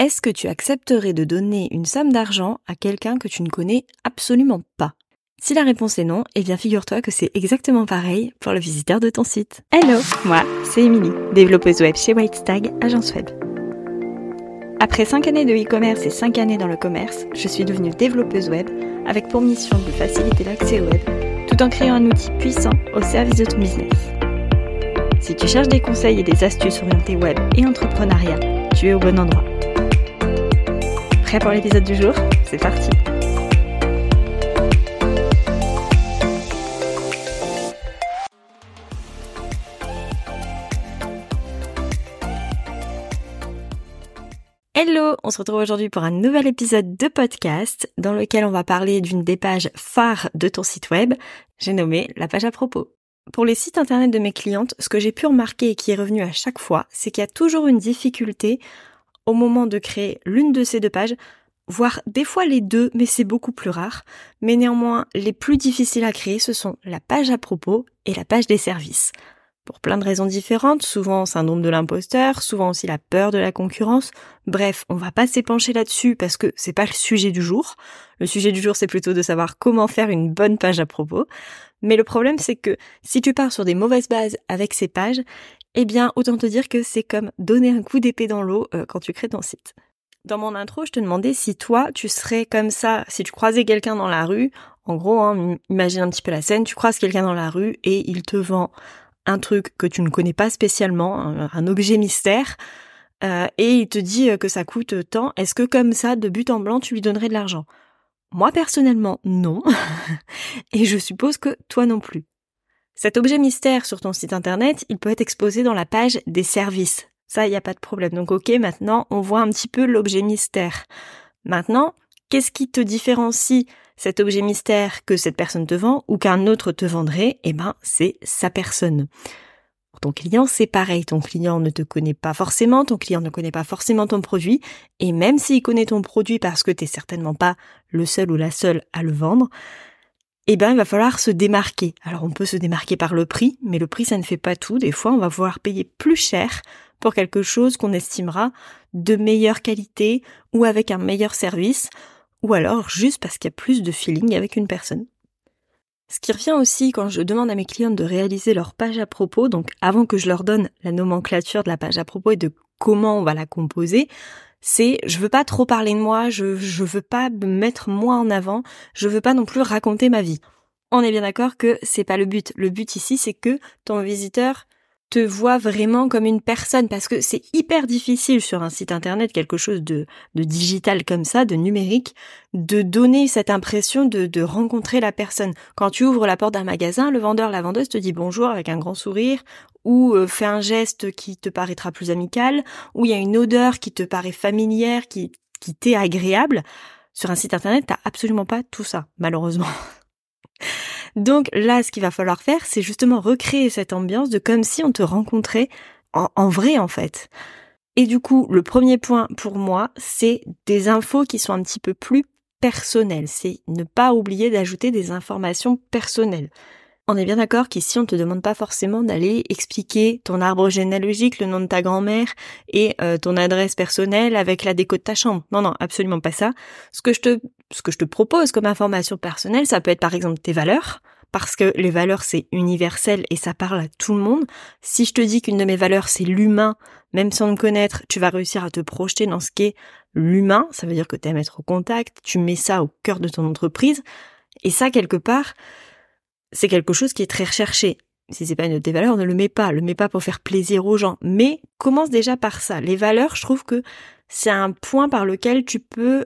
Est-ce que tu accepterais de donner une somme d'argent à quelqu'un que tu ne connais absolument pas? Si la réponse est non, eh bien figure-toi que c'est exactement pareil pour le visiteur de ton site. Hello, moi c'est Émilie, développeuse web chez Whitestag, agence web. Après 5 années de e-commerce et 5 années dans le commerce, je suis devenue développeuse web avec pour mission de faciliter l'accès au web tout en créant un outil puissant au service de ton business. Si tu cherches des conseils et des astuces orientées web et entrepreneuriat, tu es au bon endroit. Prêt pour l'épisode du jour? C'est parti! Hello, on se retrouve aujourd'hui pour un nouvel épisode de podcast dans lequel on va parler d'une des pages phares de ton site web, j'ai nommé la page à propos. Pour les sites internet de mes clientes, ce que j'ai pu remarquer et qui est revenu à chaque fois, c'est qu'il y a toujours une difficulté au moment de créer l'une de ces deux pages, voire des fois les deux, mais c'est beaucoup plus rare. Mais néanmoins, les plus difficiles à créer, ce sont la page à propos et la page des services. Pour plein de raisons différentes, souvent syndrome de l'imposteur, souvent aussi la peur de la concurrence. Bref, on va pas s'épancher là-dessus parce que c'est pas le sujet du jour. Le sujet du jour, c'est plutôt de savoir comment faire une bonne page à propos. Mais le problème, c'est que si tu pars sur des mauvaises bases avec ces pages, eh bien, autant te dire que c'est comme donner un coup d'épée dans l'eau quand tu crées ton site. Dans mon intro, je te demandais si toi, tu serais comme ça, si tu croisais quelqu'un dans la rue. En gros, imagine un petit peu la scène, tu croises quelqu'un dans la rue et il te vend un truc que tu ne connais pas spécialement, un objet mystère, et il te dit que ça coûte tant. Est-ce que comme ça, de but en blanc, tu lui donnerais de l'argent? Moi, personnellement, non. Et je suppose que toi non plus. Cet objet mystère sur ton site internet, il peut être exposé dans la page des services. Ça, il n'y a pas de problème. Donc ok, maintenant, on voit un petit peu l'objet mystère. Maintenant, qu'est-ce qui te différencie cet objet mystère que cette personne te vend ou qu'un autre te vendrait? Eh ben, c'est sa personne. Pour ton client, c'est pareil. Ton client ne te connaît pas forcément, ton client ne connaît pas forcément ton produit. Et même s'il connaît ton produit parce que t'es certainement pas le seul ou la seule à le vendre, eh ben, il va falloir se démarquer. Alors, on peut se démarquer par le prix, mais le prix, ça ne fait pas tout. Des fois, on va vouloir payer plus cher pour quelque chose qu'on estimera de meilleure qualité ou avec un meilleur service, ou alors juste parce qu'il y a plus de feeling avec une personne. Ce qui revient aussi quand je demande à mes clientes de réaliser leur page à propos, donc avant que je leur donne la nomenclature de la page à propos et de comment on va la composer, c'est je veux pas trop parler de moi, je veux pas me mettre moi en avant, je veux pas non plus raconter ma vie. On est bien d'accord que c'est pas le but. Le but ici, c'est que ton visiteur te voit vraiment comme une personne, parce que c'est hyper difficile sur un site internet, quelque chose de digital comme ça, de numérique, de donner cette impression de rencontrer la personne. Quand tu ouvres la porte d'un magasin, le vendeur, la vendeuse te dit bonjour avec un grand sourire, ou fait un geste qui te paraîtra plus amical, ou il y a une odeur qui te paraît familière, qui t'est agréable. Sur un site internet, t'as absolument pas tout ça, malheureusement. Donc là, ce qu'il va falloir faire, c'est justement recréer cette ambiance de comme si on te rencontrait en vrai, en fait. Et du coup, le premier point pour moi, c'est des infos qui sont un petit peu plus personnelles. C'est ne pas oublier d'ajouter des informations personnelles. On est bien d'accord qu'ici, on te demande pas forcément d'aller expliquer ton arbre généalogique, le nom de ta grand-mère et ton adresse personnelle avec la déco de ta chambre. Non, non, absolument pas ça. Ce que je te propose comme information personnelle, ça peut être par exemple tes valeurs, parce que les valeurs, c'est universel et ça parle à tout le monde. Si je te dis qu'une de mes valeurs, c'est l'humain, même sans me connaître, tu vas réussir à te projeter dans ce qu'est l'humain. Ça veut dire que tu aimes être au contact, tu mets ça au cœur de ton entreprise. Et ça, quelque part, c'est quelque chose qui est très recherché. Si c'est pas une de tes valeurs, ne le mets pas. Le mets pas pour faire plaisir aux gens. Mais commence déjà par ça. Les valeurs, je trouve que c'est un point par lequel tu peux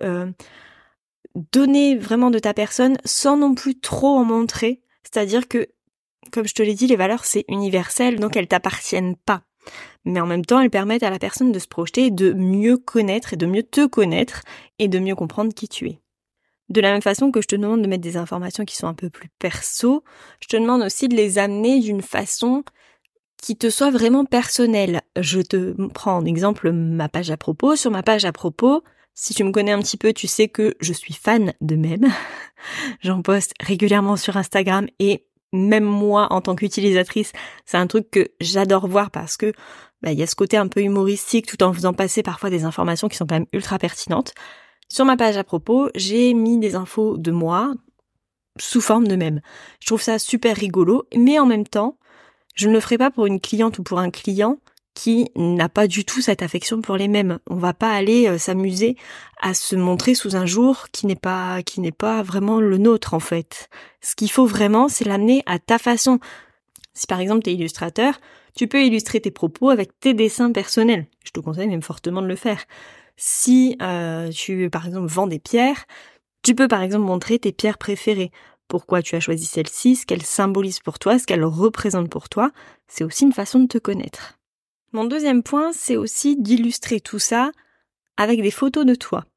donner vraiment de ta personne sans non plus trop en montrer. C'est-à-dire que, comme je te l'ai dit, les valeurs, c'est universel, donc elles t'appartiennent pas. Mais en même temps, elles permettent à la personne de se projeter, de mieux connaître et de mieux te connaître et de mieux comprendre qui tu es. De la même façon que je te demande de mettre des informations qui sont un peu plus perso, je te demande aussi de les amener d'une façon qui te soit vraiment personnelle. Je te prends en exemple ma page à propos. Sur ma page à propos, si tu me connais un petit peu, tu sais que je suis fan de mèmes. J'en poste régulièrement sur Instagram et même moi, en tant qu'utilisatrice, c'est un truc que j'adore voir parce que il y a ce côté un peu humoristique tout en faisant passer parfois des informations qui sont quand même ultra pertinentes. Sur ma page à propos, j'ai mis des infos de moi sous forme de mème. Je trouve ça super rigolo, mais en même temps, je ne le ferai pas pour une cliente ou pour un client qui n'a pas du tout cette affection pour les mèmes. On va pas aller s'amuser à se montrer sous un jour qui n'est pas vraiment le nôtre en fait. Ce qu'il faut vraiment, c'est l'amener à ta façon. Si par exemple tu es illustrateur, tu peux illustrer tes propos avec tes dessins personnels. Je te conseille même fortement de le faire. Si tu par exemple vends des pierres, tu peux par exemple montrer tes pierres préférées. Pourquoi tu as choisi celle-ci, ce qu'elle symbolise pour toi, ce qu'elle représente pour toi. C'est aussi une façon de te connaître. Mon deuxième point, c'est aussi d'illustrer tout ça avec des photos de toi.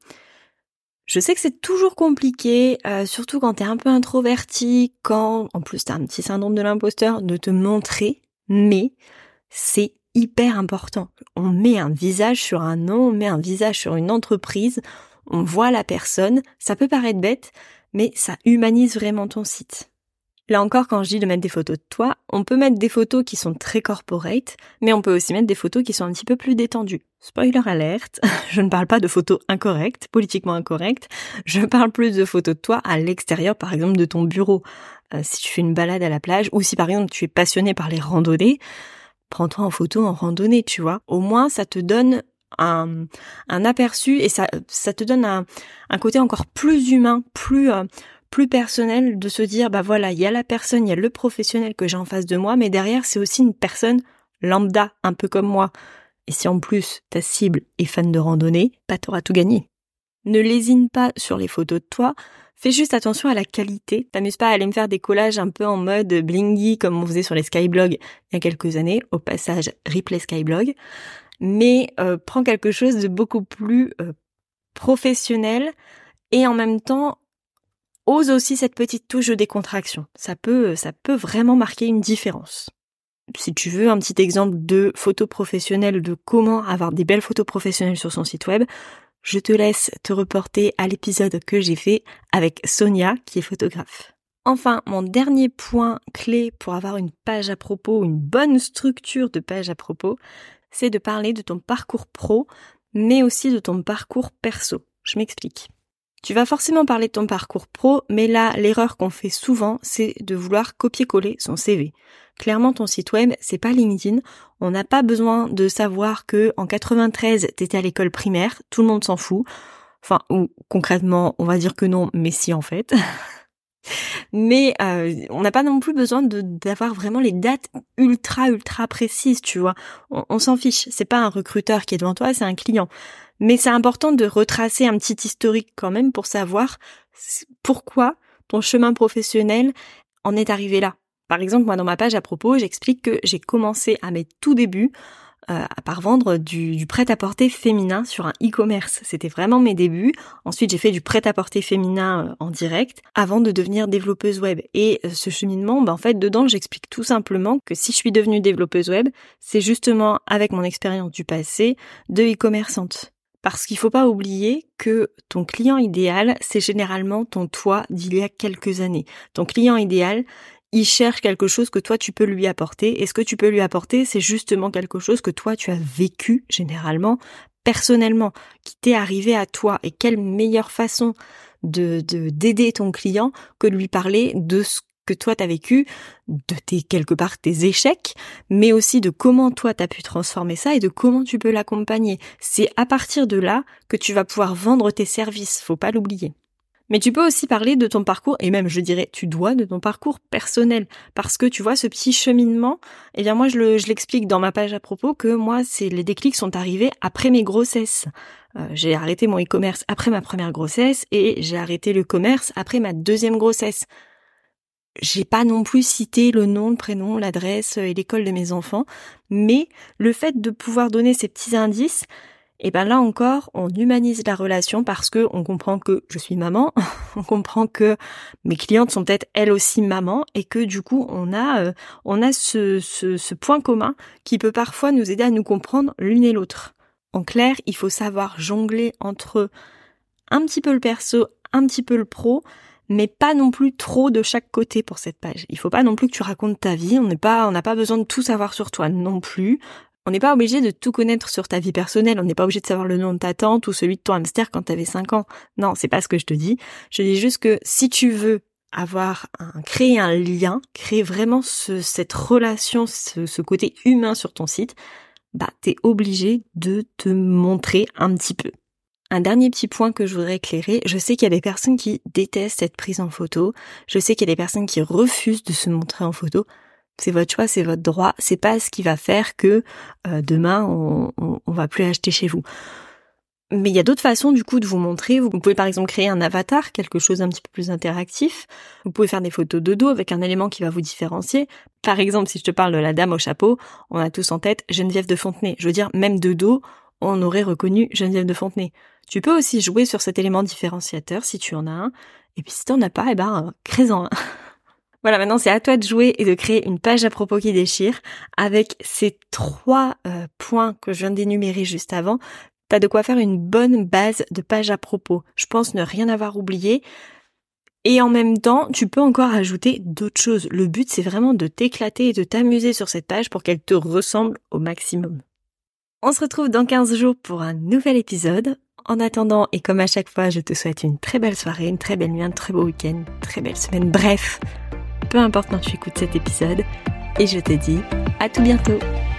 Je sais que c'est toujours compliqué, surtout quand t'es un peu introverti, quand en plus t'as un petit syndrome de l'imposteur, de te montrer, mais c'est hyper important. On met un visage sur un nom, on met un visage sur une entreprise, on voit la personne, ça peut paraître bête, mais ça humanise vraiment ton site. Là encore, quand je dis de mettre des photos de toi, on peut mettre des photos qui sont très corporate, mais on peut aussi mettre des photos qui sont un petit peu plus détendues. Spoiler alerte, je ne parle pas de photos incorrectes, politiquement incorrectes, je parle plus de photos de toi à l'extérieur, par exemple de ton bureau. Si tu fais une balade à la plage, ou si par exemple tu es passionné par les randonnées, prends-toi en photo en randonnée, tu vois. Au moins, ça te donne un aperçu et ça te donne un côté encore plus humain, plus personnel de se dire, voilà, il y a la personne, il y a le professionnel que j'ai en face de moi, mais derrière, c'est aussi une personne lambda, un peu comme moi. Et si en plus, ta cible est fan de randonnée, t'auras tout gagné. Ne lésine pas sur les photos de toi, fais juste attention à la qualité. T'amuses pas à aller me faire des collages un peu en mode blingy comme on faisait sur les skyblogs il y a quelques années. Au passage, replay skyblog. Mais prends quelque chose de beaucoup plus professionnel et en même temps, ose aussi cette petite touche de décontraction. Ça peut vraiment marquer une différence. Si tu veux un petit exemple de photos professionnelles, de comment avoir des belles photos professionnelles sur son site web, je te laisse te reporter à l'épisode que j'ai fait avec Sonia, qui est photographe. Enfin, mon dernier point clé pour avoir une page à propos, une bonne structure de page à propos, c'est de parler de ton parcours pro, mais aussi de ton parcours perso. Je m'explique. Tu vas forcément parler de ton parcours pro, mais là, l'erreur qu'on fait souvent, c'est de vouloir copier-coller son CV. Clairement, ton site web, c'est pas LinkedIn. On n'a pas besoin de savoir que en 93, t'étais à l'école primaire. Tout le monde s'en fout. Enfin, ou concrètement, on va dire que non, mais si en fait. Mais on n'a pas non plus besoin d'avoir vraiment les dates ultra précises, tu vois. On s'en fiche. C'est pas un recruteur qui est devant toi, c'est un client. Mais c'est important de retracer un petit historique quand même pour savoir pourquoi ton chemin professionnel en est arrivé là. Par exemple, moi dans ma page à propos, j'explique que j'ai commencé à mes tout débuts par vendre du prêt-à-porter féminin sur un e-commerce. C'était vraiment mes débuts. Ensuite, j'ai fait du prêt-à-porter féminin en direct avant de devenir développeuse web. Et ce cheminement, en fait, dedans, j'explique tout simplement que si je suis devenue développeuse web, c'est justement avec mon expérience du passé de e-commerçante. Parce qu'il faut pas oublier que ton client idéal, c'est généralement ton toi d'il y a quelques années. Ton client idéal, il cherche quelque chose que toi tu peux lui apporter, et ce que tu peux lui apporter, c'est justement quelque chose que toi tu as vécu généralement, personnellement, qui t'est arrivé à toi. Et quelle meilleure façon d'aider ton client que de lui parler de ce que toi t'as vécu, de tes échecs, mais aussi de comment toi t'as pu transformer ça et de comment tu peux l'accompagner. C'est à partir de là que tu vas pouvoir vendre tes services, faut pas l'oublier. Mais tu peux aussi parler de ton parcours, et même je dirais tu dois de ton parcours personnel, parce que tu vois ce petit cheminement, moi je l'explique dans ma page à propos que moi les déclics sont arrivés après mes grossesses. J'ai arrêté mon e-commerce après ma première grossesse et j'ai arrêté le commerce après ma deuxième grossesse. J'ai pas non plus cité le nom, le prénom, l'adresse et l'école de mes enfants, mais le fait de pouvoir donner ces petits indices, là encore, on humanise la relation parce que on comprend que je suis maman, on comprend que mes clientes sont peut-être elles aussi mamans et que du coup on a ce point commun qui peut parfois nous aider à nous comprendre l'une et l'autre. En clair, il faut savoir jongler entre un petit peu le perso, un petit peu le pro, mais pas non plus trop de chaque côté pour cette page. Il faut pas non plus que tu racontes ta vie, on n'a pas besoin de tout savoir sur toi non plus. On n'est pas obligé de tout connaître sur ta vie personnelle, on n'est pas obligé de savoir le nom de ta tante ou celui de ton hamster quand t'avais 5 ans. Non, c'est pas ce que je te dis. Je dis juste que si tu veux créer un lien, créer vraiment cette relation, ce côté humain sur ton site, t'es obligé de te montrer un petit peu. Un dernier petit point que je voudrais éclairer, je sais qu'il y a des personnes qui détestent être prises en photo, je sais qu'il y a des personnes qui refusent de se montrer en photo. C'est votre choix, c'est votre droit, c'est pas ce qui va faire que demain on va plus acheter chez vous. Mais il y a d'autres façons du coup de vous montrer. Vous pouvez par exemple créer un avatar, quelque chose un petit peu plus interactif. Vous pouvez faire des photos de dos avec un élément qui va vous différencier. Par exemple, si je te parle de la dame au chapeau, on a tous en tête Geneviève de Fontenay. Je veux dire, même de dos, on aurait reconnu Geneviève de Fontenay. Tu peux aussi jouer sur cet élément différenciateur si tu en as un. Et puis si tu en as pas, crée-en un. Voilà, maintenant c'est à toi de jouer et de créer une page à propos qui déchire. Avec ces 3 points que je viens d'énumérer juste avant, t'as de quoi faire une bonne base de page à propos. Je pense ne rien avoir oublié. Et en même temps, tu peux encore ajouter d'autres choses. Le but, c'est vraiment de t'éclater et de t'amuser sur cette page pour qu'elle te ressemble au maximum. On se retrouve dans 15 jours pour un nouvel épisode. En attendant, et comme à chaque fois, je te souhaite une très belle soirée, une très belle nuit, un très beau week-end, une très belle semaine. Bref, peu importe quand tu écoutes cet épisode. Et je te dis à tout bientôt.